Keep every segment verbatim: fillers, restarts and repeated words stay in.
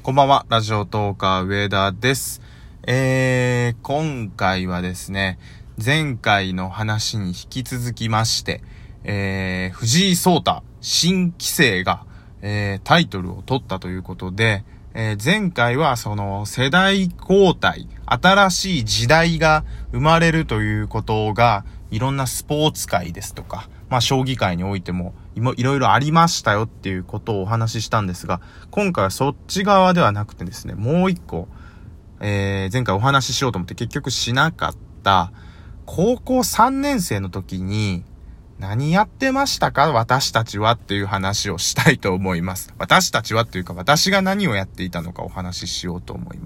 こんばんは、ラジオトーカー上田です。えー、今回はですね、前回の話に引き続きまして、えー、藤井聡太新棋聖が、えー、タイトルを取ったということで、えー、前回はその世代交代、新しい時代が生まれるということが、いろんなスポーツ界ですとか、まあ将棋界においてもいろいろありましたよっていうことをお話ししたんですが、今回はそっち側ではなくてですね、もう一個、えー、前回お話ししようと思って結局しなかった、高校さんねん生の時に何やってましたか私たちはっていう話をしたいと思います。私たちはっていうか私が何をやっていたのかお話ししようと思います。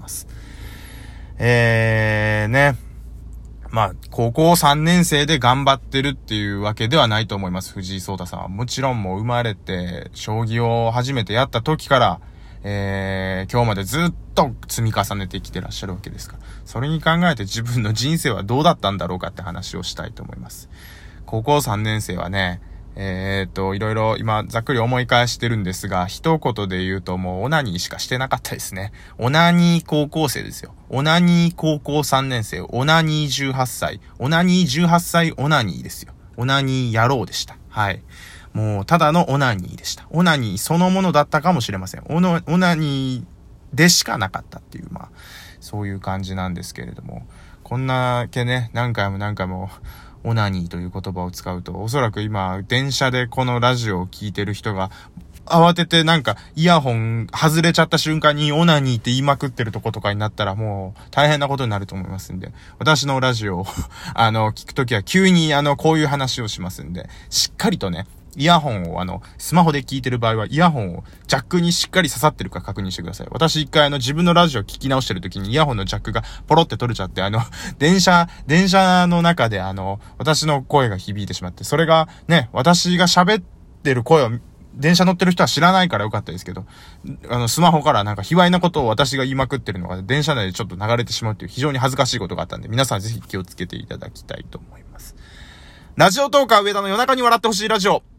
えーね。まあ、高校さんねん生で頑張ってるっていうわけではないと思います。藤井聡太さんは。もちろんもう生まれて、将棋を初めてやった時から、えー、今日までずっと積み重ねてきてらっしゃるわけですから。それに考えて自分の人生はどうだったんだろうかって話をしたいと思います。高校さんねん生はね、えーっと、いろいろ今ざっくり思い返してるんですが、一言で言うともうオナニーしかしてなかったですね。オナニー高校生ですよ。オナニー高校さんねん生、オナニーじゅうはっさい、オナニーじゅうはっさいオナニーですよ。オナニー野郎でした。はい。もうただのオナニーでした。オナニーそのものだったかもしれません。オノ、オナニーでしかなかったっていう、まあ、そういう感じなんですけれども、こんだけね、何回も何回も、オナニーという言葉を使うと、おそらく今、電車でこのラジオを聞いてる人が、慌ててなんか、イヤホン外れちゃった瞬間にオナニーって言いまくってるとことかになったらもう、大変なことになると思いますんで、私のラジオを、あの、聞くときは急にあの、こういう話をしますんで、しっかりとね、イヤホンをあの、スマホで聞いてる場合は、イヤホンをジャックにしっかり刺さってるか確認してください。私一回あの、自分のラジオ聞き直してる時にイヤホンのジャックがポロって取れちゃって、あの、電車、電車の中であの、私の声が響いてしまって、それがね、私が喋ってる声を、電車乗ってる人は知らないからよかったですけど、あの、スマホからなんか卑猥なことを私が言いまくってるのが、電車内でちょっと流れてしまうっていう非常に恥ずかしいことがあったんで、皆さんぜひ気をつけていただきたいと思います。ラジオトーカー上田の夜中に笑ってほしいラジオ。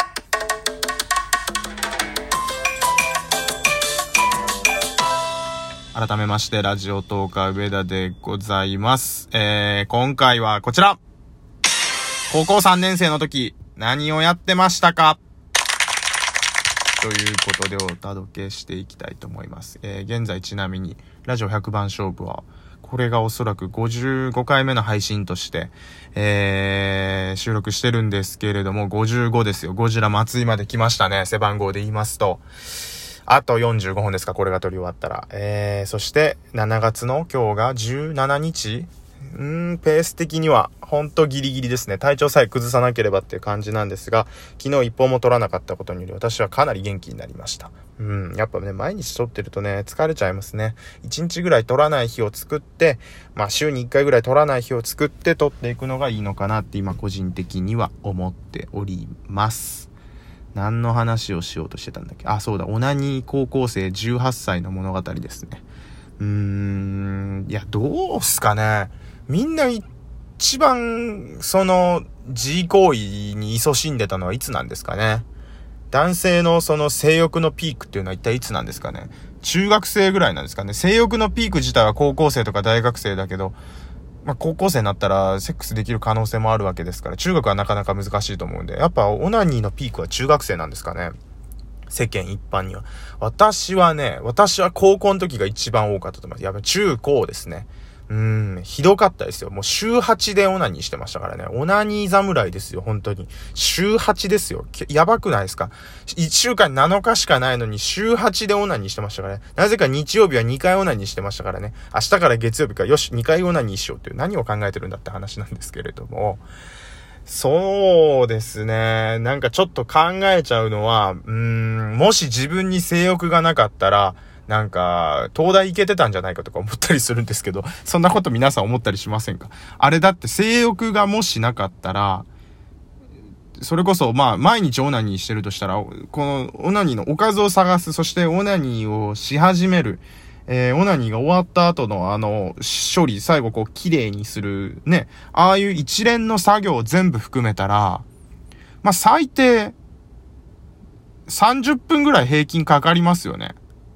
改めましてラジオトーカー上田でございます。えー、今回はこちら。高校さんねん生の時何をやってましたかということでお届けしていきたいと思います。えー、現在ちなみにラジオひゃくばん勝負はこれがおそらくごじゅうごかいめの配信として、えー、収録してるんですけれども、ごじゅうごですよ。ゴジラ松井まで来ましたね。背番号で言いますと。あとよんじゅうごほんですか、これが撮り終わったら。えー、そして、しちがつの今日がじゅうしちにちうーん、ペース的には、ほんとギリギリですね。体調さえ崩さなければっていう感じなんですが、昨日一本も撮らなかったことにより、私はかなり元気になりました。うん、やっぱね、毎日撮ってるとね、疲れちゃいますね。いちにちぐらい撮らない日を作って、まあ、週にいっかいぐらい撮らない日を作って撮っていくのがいいのかなって今、個人的には思っております。何の話をしようとしてたんだっけ。あ、そうだ。オナニー高校生じゅうはっさいの物語ですね。うーん。いや、どうすかね。みんな一番、その、自慰行為に勤しんでたのはいつなんですかね。男性のその性欲のピークっていうのは一体いつなんですかね。中学生ぐらいなんですかね。性欲のピーク自体は高校生とか大学生だけど、まあ、高校生になったらセックスできる可能性もあるわけですから、中学はなかなか難しいと思うんで、やっぱオナニーのピークは中学生なんですかね。世間一般には。私はね、私は高校の時が一番多かったと思います。やっぱ中高ですね。うーん、ひどかったですよ。もう週はちでオナニーしてましたからね。オナニー侍ですよ、本当に。週はちですよ。やばくないですか？いっしゅうかんなのかしかないのに週はちでオナニーしてましたからね。なぜか日曜日はにかいオナニーしてましたからね。明日から月曜日からよし、にかいオナニーしようっていう何を考えてるんだって話なんですけれども。そうですね。なんかちょっと考えちゃうのは、うーん、もし自分に性欲がなかったら、なんか、東大行けてたんじゃないかとか思ったりするんですけど、そんなこと皆さん思ったりしませんか？あれだって性欲がもしなかったら、それこそまあ毎日オナニーしてるとしたら、このオナニーのおかずを探す、そしてオナニーをし始める、えー、オナニーが終わった後のあの処理、最後こう綺麗にするね、ああいう一連の作業を全部含めたら、まあ最低さんじゅっぷんぐらい平均かかりますよね。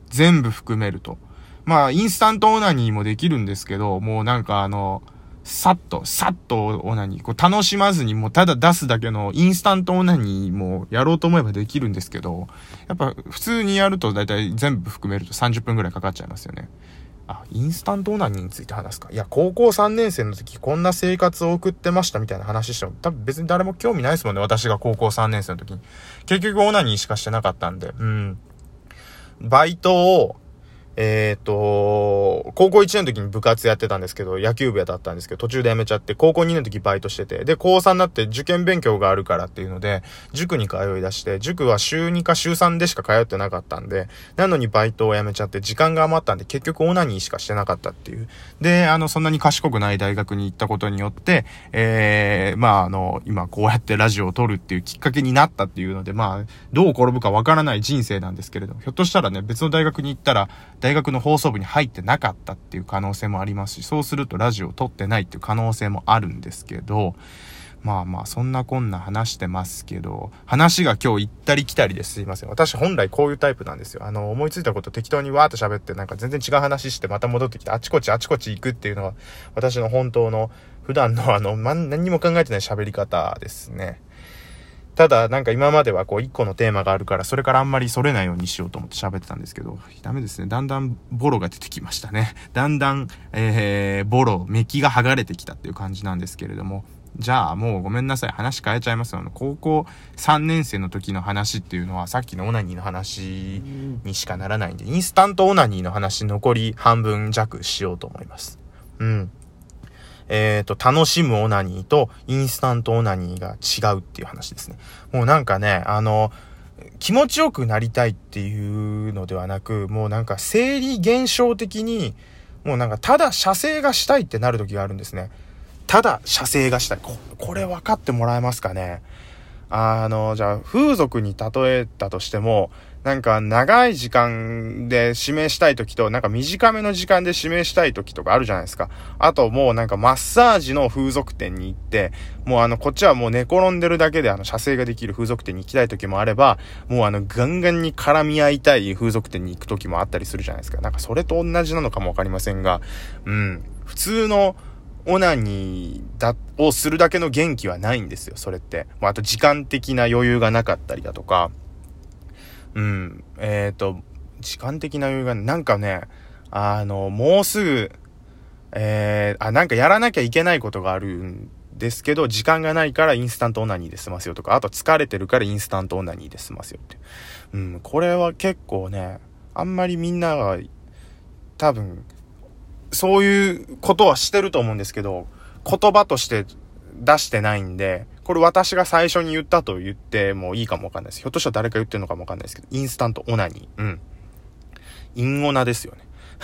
全部含めると。まあ、インスタントオナニーもできるんですけど、もうなんかあの、さっと、さっとオナニー、こう楽しまずにもうただ出すだけのインスタントオナニーもやろうと思えばできるんですけど、やっぱ普通にやるとだいたい全部含めるとさんじゅっぷんくらいかかっちゃいますよね。あ、インスタントオナニーについて話すか。いや、高校さんねん生の時こんな生活を送ってましたみたいな話しても多分別に誰も興味ないですもんね。私が高校さんねん生の時に。結局オナニーしかしてなかったんで。うん。バイトを、えっと、高校いちねんの時に部活やってたんですけど、野球部やだったんですけど、途中で辞めちゃって、高校にねんの時バイトしてて、で、高さんになって受験勉強があるからっていうので、塾に通い出して、塾は週にか週さんでしか通ってなかったんで、なのにバイトを辞めちゃって、時間が余ったんで、結局オナニーしかしてなかったっていう。で、あの、そんなに賢くない大学に行ったことによって、えー、まあ、あの、今こうやってラジオを撮るっていうきっかけになったっていうので、まあ、どう転ぶかわからない人生なんですけれども、ひょっとしたらね、別の大学に行ったら、大学の放送部に入ってなかったっていう可能性もありますし、そうするとラジオを撮ってないっていう可能性もあるんですけど、まあまあそんなこんな話してますけど、話が今日行ったり来たりですいません。私本来こういうタイプなんですよ。あの思いついたこと適当にわーっと喋ってなんか全然違う話してまた戻ってきてあちこちあちこち行くっていうのが私の本当の普段のあの、ま、何にも考えてない喋り方ですね。ただなんか今まではこう一個のテーマがあるからそれからあんまりそれないようにしようと思って喋ってたんですけど、ダメですね。だんだんボロが出てきましたね。だんだん、えー、ボロ、メキが剥がれてきたっていう感じなんですけれども、じゃあもうごめんなさい。話変えちゃいますよ。高校さんねん生の時の話っていうのはさっきのオナニーの話にしかならないんで、インスタントオナニーの話残り半分弱しようと思います。うん。えっと、楽しむオナニーとインスタントオナニーが違うっていう話ですね。もうなんかね、あの、気持ちよくなりたいっていうのではなく、もうなんか生理現象的に、もうなんかただ射精がしたいってなる時があるんですね。ただ射精がしたい。こ、これ分かってもらえますかね。あの、じゃあ風俗に例えたとしても、なんか長い時間で指名したい時となんか短めの時間で指名したい時とかあるじゃないですか。あともうなんかマッサージの風俗店に行って、もうあのこっちはもう寝転んでるだけであの射精ができる風俗店に行きたい時もあれば、もうあのガンガンに絡み合いたい風俗店に行く時もあったりするじゃないですか。なんかそれと同じなのかもわかりませんが、うん、普通のオナニーだをするだけの元気はないんですよ、それって。あと時間的な余裕がなかったりだとか、うん、えっと、時間的な余裕が、なんかね、あの、もうすぐ、えー、あ、なんかやらなきゃいけないことがあるんですけど、時間がないからインスタントオナニーで済ますよとか、あと疲れてるからインスタントオナニーで済ますよって。うん、これは結構ね、あんまりみんなが、多分、そういうことはしてると思うんですけど、言葉として出してないんで、これ私が最初に言ったと言ってもいいかもわかんないです。ひょっとしたら誰か言ってるのかもわかんないですけど、インスタントオナニー。うん。インオナですよね。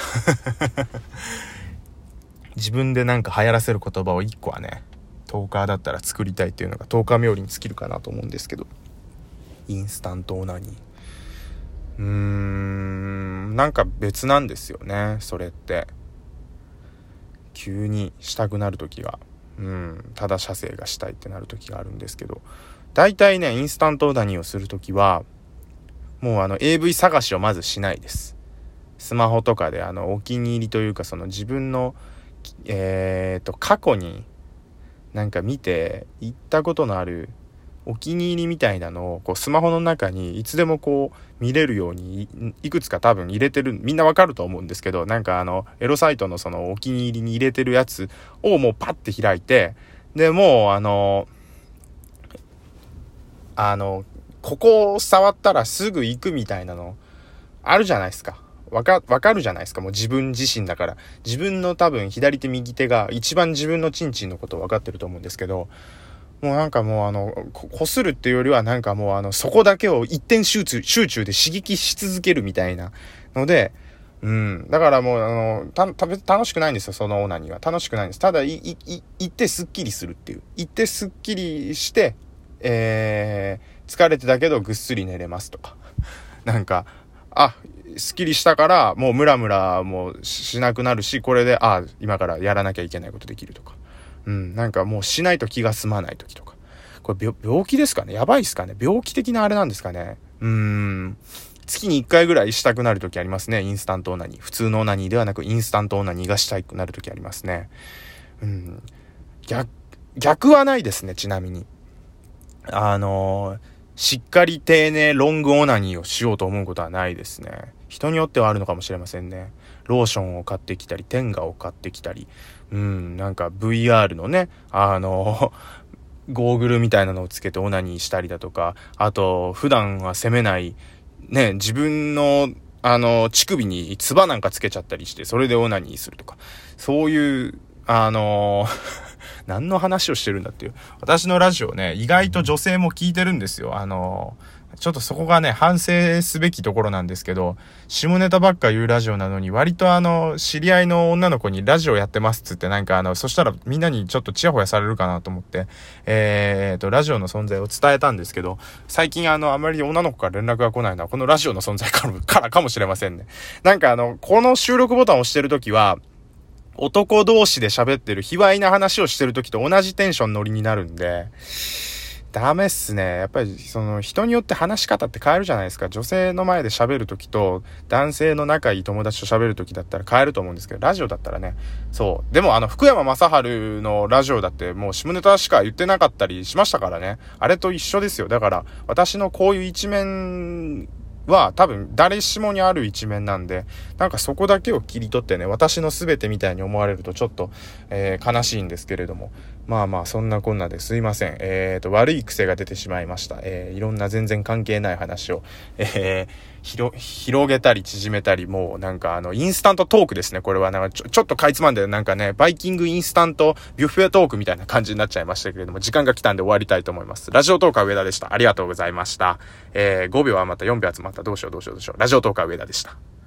自分でなんか流行らせる言葉を一個はね、トーカーだったら作りたいっていうのがトーカー冥利に尽きるかなと思うんですけど、インスタントオナニー。うーん、なんか別なんですよね、それって。急にしたくなる時が。うん、ただ射精がしたいってなる時があるんですけど、大体ねインスタントオナニーをする時はもうあの エーブイ 探しをまずしないです。スマホとかであのお気に入りというかその自分のえーと過去になんか見て行ったことのあるお気に入りみたいなのをこうスマホの中にいつでもこう見れるように い, いくつか多分入れてる、みんなわかると思うんですけど、なんかあのエロサイトのそのお気に入りに入れてるやつをもうパッて開いて、でもうあのあのここを触ったらすぐ行くみたいなのあるじゃないですか。わか、わかるじゃないですか。もう自分自身だから。自分の多分左手右手が一番自分のチンチンのことを分かってると思うんですけど、もうなんかもうあの、こするっていうよりはなんかもうあの、そこだけを一点集中、集中で刺激し続けるみたいなので、うん。だからもうあの、た、た、楽しくないんですよ、そのオナニーは。楽しくないんです。ただ、い、い、い、行ってスッキリするっていう。行ってスッキリして、えー、疲れてたけどぐっすり寝れますとか。なんか、あ、スッキリしたからもうムラムラもしなくなるし、これで、あ、今からやらなきゃいけないことできるとか。うん、なんかもうしないと気が済まない時とか。これ 病, 病気ですかね、やばいっすかね、病気的なあれなんですかね。うーん。 月にいっかいぐらいしたくなる時ありますね。インスタントオナニー。普通のオナニーではなくインスタントオナニーがしたくなる時ありますね。うん。逆、逆はないですね、ちなみに。あのー、しっかり丁寧ロングオナニーをしようと思うことはないですね。人によってはあるのかもしれませんね。ローションを買ってきたり、テンガを買ってきたり、うん、なんか ブイアール のね、あのー、ゴーグルみたいなのをつけてオナニーしたりだとか、あと、普段は攻めない、ね、自分の、あの、乳首に唾なんかつけちゃったりして、それでオナニーするとか、そういう、あのー、何の話をしてるんだっていう。私のラジオね、意外と女性も聞いてるんですよ。あのー、ちょっとそこがね、反省すべきところなんですけど、下ネタばっか言うラジオなのに、割とあの、知り合いの女の子にラジオやってますっつってなんかあの、そしたらみんなにちょっとチヤホヤされるかなと思って、えーと、ラジオの存在を伝えたんですけど、最近あの、あまり女の子から連絡が来ないのは、このラジオの存在からかもしれませんね。なんかあの、この収録ボタンを押してるときは、男同士で喋ってる卑猥な話をしてるときと同じテンション乗りになるんで、ダメっすね。やっぱりその人によって話し方って変えるじゃないですか。女性の前で喋るときと男性の仲いい友達と喋るときだったら変えると思うんですけど、ラジオだったらね。そう。でもあの福山雅治のラジオだってもう下ネタしか言ってなかったりしましたからね。あれと一緒ですよ。だから私のこういう一面は多分誰しもにある一面なんで、なんかそこだけを切り取ってね、私の全てみたいに思われるとちょっと、えー、悲しいんですけれども、まあまあそんなこんなですいません。えーと悪い癖が出てしまいました。えー、いろんな全然関係ない話を、えー、広広げたり縮めたり、もうなんかあのインスタントトークですね。これはなんかちょちょっとかいつまんでなんかね、バイキングインスタントビュッフェトークみたいな感じになっちゃいましたけれども、時間が来たんで終わりたいと思います。ラジオトーカー上田でした。ありがとうございました。えー、ごびょうはまたよんびょう集まった。どうしようどうしようどうしよう。ラジオトーカー上田でした。